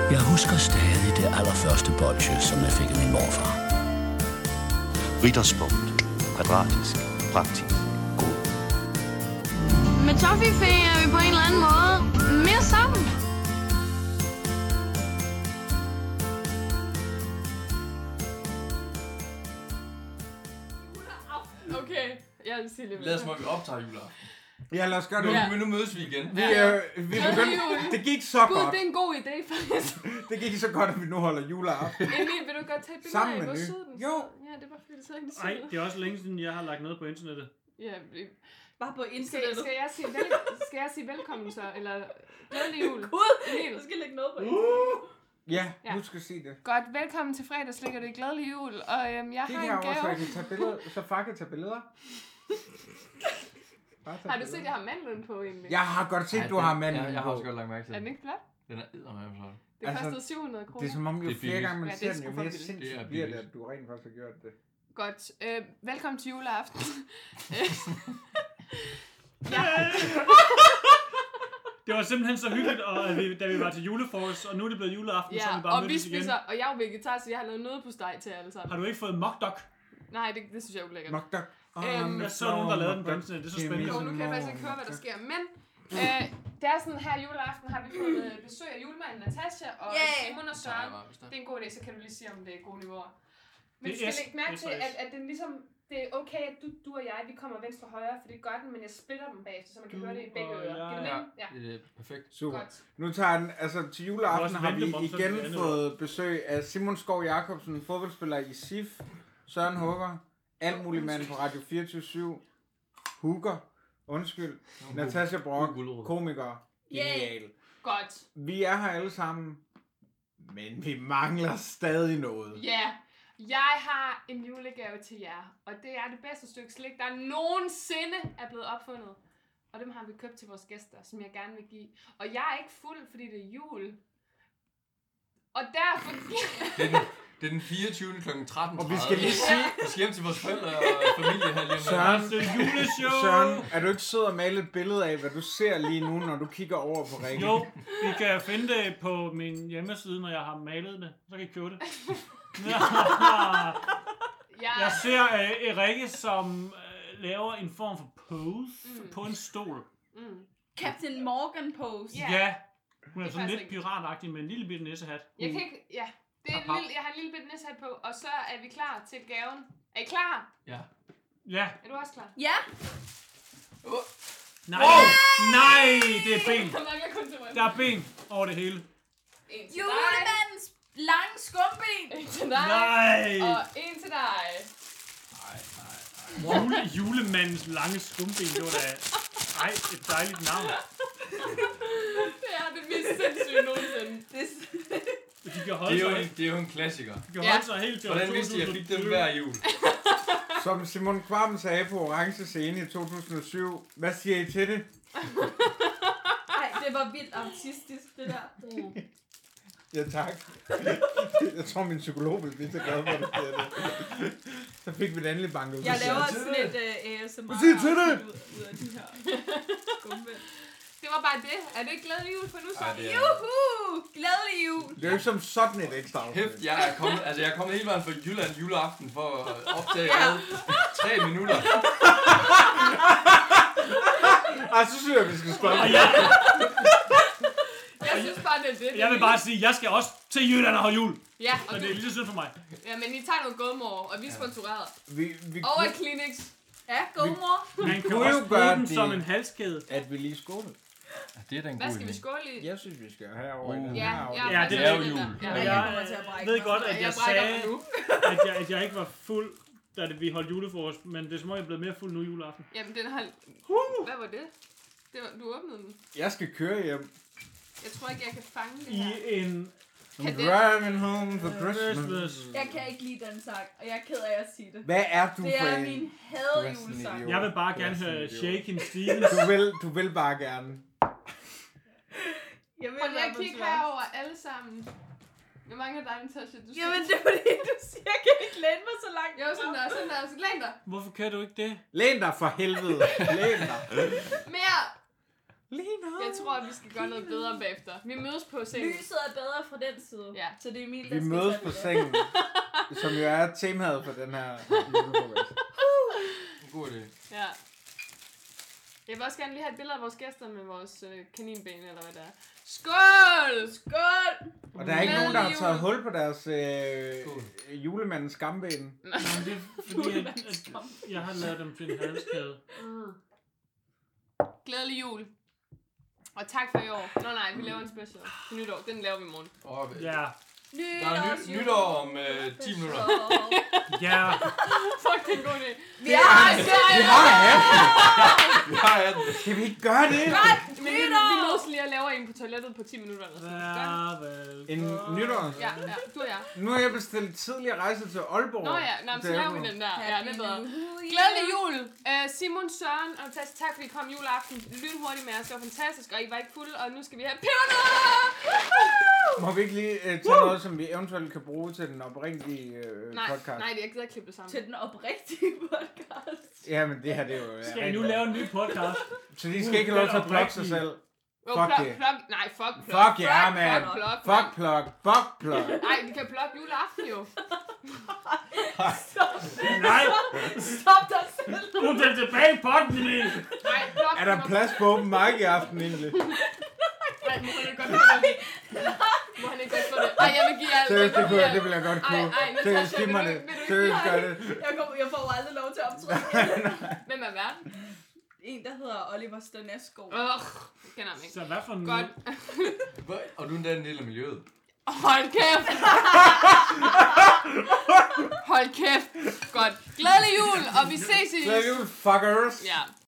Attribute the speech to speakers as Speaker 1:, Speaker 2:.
Speaker 1: Jeg husker stadig det allerførste bolsje, som jeg fik af min morfar.
Speaker 2: Ritterspunkt. Kvadratisk. Praktisk. God.
Speaker 3: Med Toffifee er vi på en eller anden måde mere sammen.
Speaker 4: Okay, jeg vil sige lidt.
Speaker 5: Lad os må vi optager juleaften.
Speaker 6: Ja, lad os gøre det.
Speaker 5: Men nu mødes vi igen.
Speaker 6: Vi begyndte, det gik så
Speaker 4: Gud,
Speaker 6: godt.
Speaker 4: det er en god idé, faktisk.
Speaker 6: Det gik så godt, at vi nu holder juleaften.
Speaker 4: Emil, vil du godt tage et billede
Speaker 6: Sammen
Speaker 4: af,
Speaker 6: med
Speaker 4: hvor
Speaker 6: Ny.
Speaker 4: sød den
Speaker 6: Jo.
Speaker 4: Ja, det var fordi, det så ikke
Speaker 7: Nej, det er også længe siden, jeg har lagt noget på internettet.
Speaker 4: Ja,
Speaker 8: Bare på
Speaker 4: skal
Speaker 8: internettet.
Speaker 4: jeg sige velkommen så, eller glædelig jul?
Speaker 8: Gud,
Speaker 4: Emil.
Speaker 8: du skal lægge noget på internettet.
Speaker 6: Ja, husk at sige det.
Speaker 4: Godt, velkommen til fredagslæg, og det er glædelig jul, og jeg
Speaker 6: Kig
Speaker 4: har en
Speaker 6: herovre, så
Speaker 4: gave.
Speaker 6: jeg kan tage billeder. Så far kan tage billeder.
Speaker 4: Har du set, jeg har mandlen på egentlig?
Speaker 6: Jeg har godt set, du har manden
Speaker 5: Jeg har
Speaker 6: på.
Speaker 5: også godt lagt mærke til
Speaker 4: Er den ikke flot?
Speaker 5: Den er eddermame flot.
Speaker 4: Det
Speaker 6: Altså,
Speaker 4: kostede 700 kroner.
Speaker 6: Det er som om, jo
Speaker 5: Det er
Speaker 6: flere gange man
Speaker 4: Ja, det
Speaker 6: ser
Speaker 4: er
Speaker 6: den, jo
Speaker 4: sgu for
Speaker 6: mere
Speaker 4: billigt.
Speaker 5: Det er
Speaker 6: sindssygt bliver det,
Speaker 5: billigt.
Speaker 6: at du rent faktisk har gjort det.
Speaker 4: Godt. Velkommen til juleaften.
Speaker 7: Det var simpelthen så hyggeligt, og at da vi var til julefrokost, og nu er det blevet juleaften, så er vi bare
Speaker 4: og vi
Speaker 7: mødtes igen.
Speaker 4: spiser, og jeg er jo vegetar, så jeg har lavet noget på steg til alle sammen.
Speaker 7: Har du ikke fået mockduck?
Speaker 4: Nej, det synes jeg er ulækkert.
Speaker 6: Nok der.
Speaker 7: Jeg så nogen, der lavede den på internet. Det er så spændende.
Speaker 4: Jo, nu kan jeg faktisk ikke høre, hvad der sker. Men det er sådan, her juleaften har vi fået besøg af julemanden Natasha og Simon og Søren. Det er en god idé, så kan du lige sige, om det er gode niveauer. Men du skal lægge mærke til, at det er ligesom, det er okay, at du og jeg, vi kommer venstre og højre, for det gør den, men jeg splitter dem bagefter, så man kan høre det i begge ører. Giver det mening? Ja.
Speaker 5: Det er perfekt.
Speaker 6: Super.
Speaker 4: Godt.
Speaker 6: Nu tager den, altså til juleaften
Speaker 7: også
Speaker 6: har vi
Speaker 7: vente, Momsen,
Speaker 6: igen
Speaker 7: til det andet.
Speaker 6: fået besøg af Simon Skov Jacobsen, fodboldspiller i SIF, Søren Hugger, alt muligt mand på Radio 24/7, Hugger, undskyld, Natasha Brock, komiker, genial.
Speaker 4: Godt.
Speaker 6: Vi er her alle sammen, men vi mangler stadig noget.
Speaker 4: Ja. Jeg har en julegave til jer, og det er det bedste stykke slik, der nogensinde er blevet opfundet. Og dem har vi købt til vores gæster, som jeg gerne vil give. Og jeg er ikke fuld, fordi det er jul. Og derfor...
Speaker 5: Det er den 24. kl. 13.30.
Speaker 6: Og vi skal lige sige...
Speaker 5: Vi skal hjem til vores forældre og familie her lige om
Speaker 6: Søren,
Speaker 7: Det er juleshow!
Speaker 6: Søren, er du ikke sød at male et billede af, hvad du ser lige nu, når du kigger over på Rikke?
Speaker 7: Jo, vi kan finde det på min hjemmeside, når jeg har malet det. Så kan I købe det. Jeg ser Rikke, som laver en form for pose på en stol.
Speaker 8: Captain Morgan pose.
Speaker 7: Ja, hun er
Speaker 4: Det er
Speaker 7: sådan
Speaker 4: faktisk
Speaker 7: lidt piratagtig med en lille bitte nissehat.
Speaker 4: Jeg kan ikke... Ja. Det er jeg har en lille bitte næshat på, og så er vi klar til gaven. Er I klar?
Speaker 5: Ja.
Speaker 7: Ja.
Speaker 4: Er du også klar?
Speaker 8: Ja.
Speaker 7: Nej, nej, det er ben.
Speaker 4: Der mangler kun til mig.
Speaker 7: Der er ben over det hele.
Speaker 4: En til
Speaker 8: Julemandens lange skumben.
Speaker 4: dig. En til dig.
Speaker 7: Nej.
Speaker 4: Og en til dig.
Speaker 7: Julemandens lange skumben, det var da... Ej, et dejligt navn.
Speaker 4: Det er det mest sindssyge nogensinde.
Speaker 7: De kan holde sig helt,
Speaker 5: Det er jo en klassiker.
Speaker 7: de kan holde sig helt til
Speaker 5: Hvordan vidste jeg fik dem hver jul?
Speaker 6: Som Simon Kvam sagde på Orange Scene i 2007, hvad siger I til det?
Speaker 8: Ej, det var vildt autistisk, det der.
Speaker 6: Ja, tak. Jeg tror, min psykolog vil blive så glad for, at du siger det. Så fik vi det endelig banket.
Speaker 8: Jeg laver sådan et ASMR.
Speaker 6: Hvad siger I til det?
Speaker 8: Ud af de her skumben.
Speaker 4: Det var bare det. Er det ikke glædelig jul for nu så?
Speaker 5: Ej, det er...
Speaker 8: Juhu! Glædelig jul!
Speaker 6: Det er jo ikke som sådan et ekstra afsnit.
Speaker 5: Hæft, jeg er kommet hele vejen fra Jylland juleaften for at optage 3 minutter.
Speaker 6: Ej, så synes jeg, vi skal stoppe.
Speaker 4: Jeg synes bare, det er det.
Speaker 7: Jeg vil bare sige, at jeg skal også til Jylland og holde jul.
Speaker 4: Ja, og
Speaker 7: Så det er lige så synd for mig.
Speaker 4: Ja, men I tager noget godmor, og vi er sponsoreret.
Speaker 6: Vi
Speaker 4: Og af Kleenex.
Speaker 8: Ja, god mor.
Speaker 7: Man kan
Speaker 6: kunne
Speaker 7: også
Speaker 6: jo
Speaker 7: bruge
Speaker 6: gøre
Speaker 7: den
Speaker 6: det.
Speaker 7: som en halskæde.
Speaker 6: At vi lige skåler.
Speaker 5: Det er da en
Speaker 4: Hvad
Speaker 5: god
Speaker 4: skal vi
Speaker 5: idé.
Speaker 4: skåle i?
Speaker 6: Jeg synes, vi skal herover i den
Speaker 4: Ja,
Speaker 6: her afsnit.
Speaker 7: Ja, det er jo
Speaker 5: jul.
Speaker 4: Ja,
Speaker 7: Og
Speaker 8: jeg
Speaker 7: jeg
Speaker 8: kommer til at brække
Speaker 7: ved
Speaker 8: mig.
Speaker 7: godt, at jeg
Speaker 4: brækker mig
Speaker 7: sagde,
Speaker 4: nu.
Speaker 7: at jeg ikke var fuld, da vi holdt julefrokost, men det er som om, jeg er blevet mere fuld nu juleaften.
Speaker 4: Jamen, den har... Hvad var det? Du åbnede den.
Speaker 6: Jeg skal køre hjem.
Speaker 4: Jeg tror ikke, jeg kan fange det her.
Speaker 7: I en
Speaker 4: Kan
Speaker 6: I'm
Speaker 4: det-
Speaker 6: driving home for Christmas.
Speaker 7: Christmas.
Speaker 8: Jeg kan ikke lide den sang, og jeg er ked af at sige det.
Speaker 6: Hvad er du
Speaker 8: Det
Speaker 6: for
Speaker 8: er
Speaker 6: en?
Speaker 8: min
Speaker 6: Du er
Speaker 8: hadejulesang.
Speaker 6: sådan en idiot.
Speaker 7: Jeg vil bare
Speaker 6: Du er
Speaker 7: gerne
Speaker 6: sådan en
Speaker 7: høre
Speaker 6: idiot.
Speaker 7: Shakin' Stevens.
Speaker 6: Du vil bare gerne.
Speaker 8: Jeg vil
Speaker 4: Prøv lige
Speaker 8: være
Speaker 4: at
Speaker 8: på
Speaker 4: kigge
Speaker 8: tværs.
Speaker 4: herover alle sammen. Jeg mangler dig, Natasha. Du
Speaker 8: Jamen, det er fordi, du siger, jeg kan ikke læne mig så langt.
Speaker 4: Jo, sådan der, sådan der. Så læn dig.
Speaker 7: Hvorfor kan du ikke det?
Speaker 6: Læn dig for helvede. Læn dig.
Speaker 4: Mere. Jeg tror, at vi skal gøre noget bedre bagefter. Vi mødes på sengen.
Speaker 8: Lyset er bedre fra den side. Ja. Så det er Emil, der
Speaker 6: vi mødes på sengen, som jo er temaet for den her julefrokost.
Speaker 5: God idé.
Speaker 4: Ja. Jeg vil også gerne lige have et billede af vores gæster med vores kaninben, eller hvad det er. Skål! Skål!
Speaker 6: Og der er ikke nogen, der har taget hul på deres julemandens skamben.
Speaker 7: Nej, det er fordi, at jeg har lavet dem til en halskæde.
Speaker 4: Glædelig jul. Og tak for i år. Nå nej, vi laver en special til nytår. Den laver vi i morgen.
Speaker 7: Ja.
Speaker 5: Der er nytår om 10 minutter.
Speaker 7: Ja.
Speaker 4: Fuck, det er en god idé.
Speaker 6: Vi har 18.
Speaker 5: Vi har 18.
Speaker 6: Skal vi ikke gøre det?
Speaker 4: Men vi nås lige at lave en på toilettet på 10 minutter.
Speaker 6: En nytår?
Speaker 4: Ja, du og jeg.
Speaker 6: Nu har jeg bestilt tidligere rejse til Aalborg.
Speaker 4: Nå ja, så laver vi den der. Ja, det er bedre. Glædelig jul. Simon, Søren og Tassi, tak fordi I kom juleaften. Lynhurtigt med os. Det var fantastisk, og I var ikke fulde. Og nu skal vi have pebernødder!
Speaker 6: Må vi ikke lige tage noget, som vi eventuelt kan bruge til den oprindelige podcast?
Speaker 4: Nej, jeg gider ikke klippe det sammen.
Speaker 8: Til den oprigtige podcast?
Speaker 6: Ja, men det her, det er jo...
Speaker 7: Skal I nu lave en ny podcast?
Speaker 6: Så de skal ikke have lov til at plukke sig selv.
Speaker 4: Fuck det. Nej, fuck plug.
Speaker 6: Fuck ja, man. Fuck plug. Fuck plug.
Speaker 4: Nej, vi kan plukke juleaften jo.
Speaker 7: Nej.
Speaker 8: Stop dig selv.
Speaker 7: Nu er den tilbage i potten, Emil.
Speaker 4: Nej, pluk.
Speaker 6: Er der plads på open mic i aften egentlig?
Speaker 4: Nej, må han ikke godt få det. Må han ikke godt få det. Ej, jeg vil give jer...
Speaker 6: Seriøst, det vil jeg godt kunne. Seriøst, giv mig det. Seriøst, gør det.
Speaker 8: Jeg får aldrig lov til at optræde.
Speaker 4: Hvem er verden?
Speaker 8: En, der hedder Oliver Stanesco.
Speaker 4: Kender ham ikke.
Speaker 7: Så hvad for en...
Speaker 4: Godt.
Speaker 5: Og du er endda en del af miljøet.
Speaker 4: Hold kæft. Hold kæft. Godt. Glædelig jul, og vi ses i...
Speaker 6: Glædelig jul, fuckers.
Speaker 4: Ja.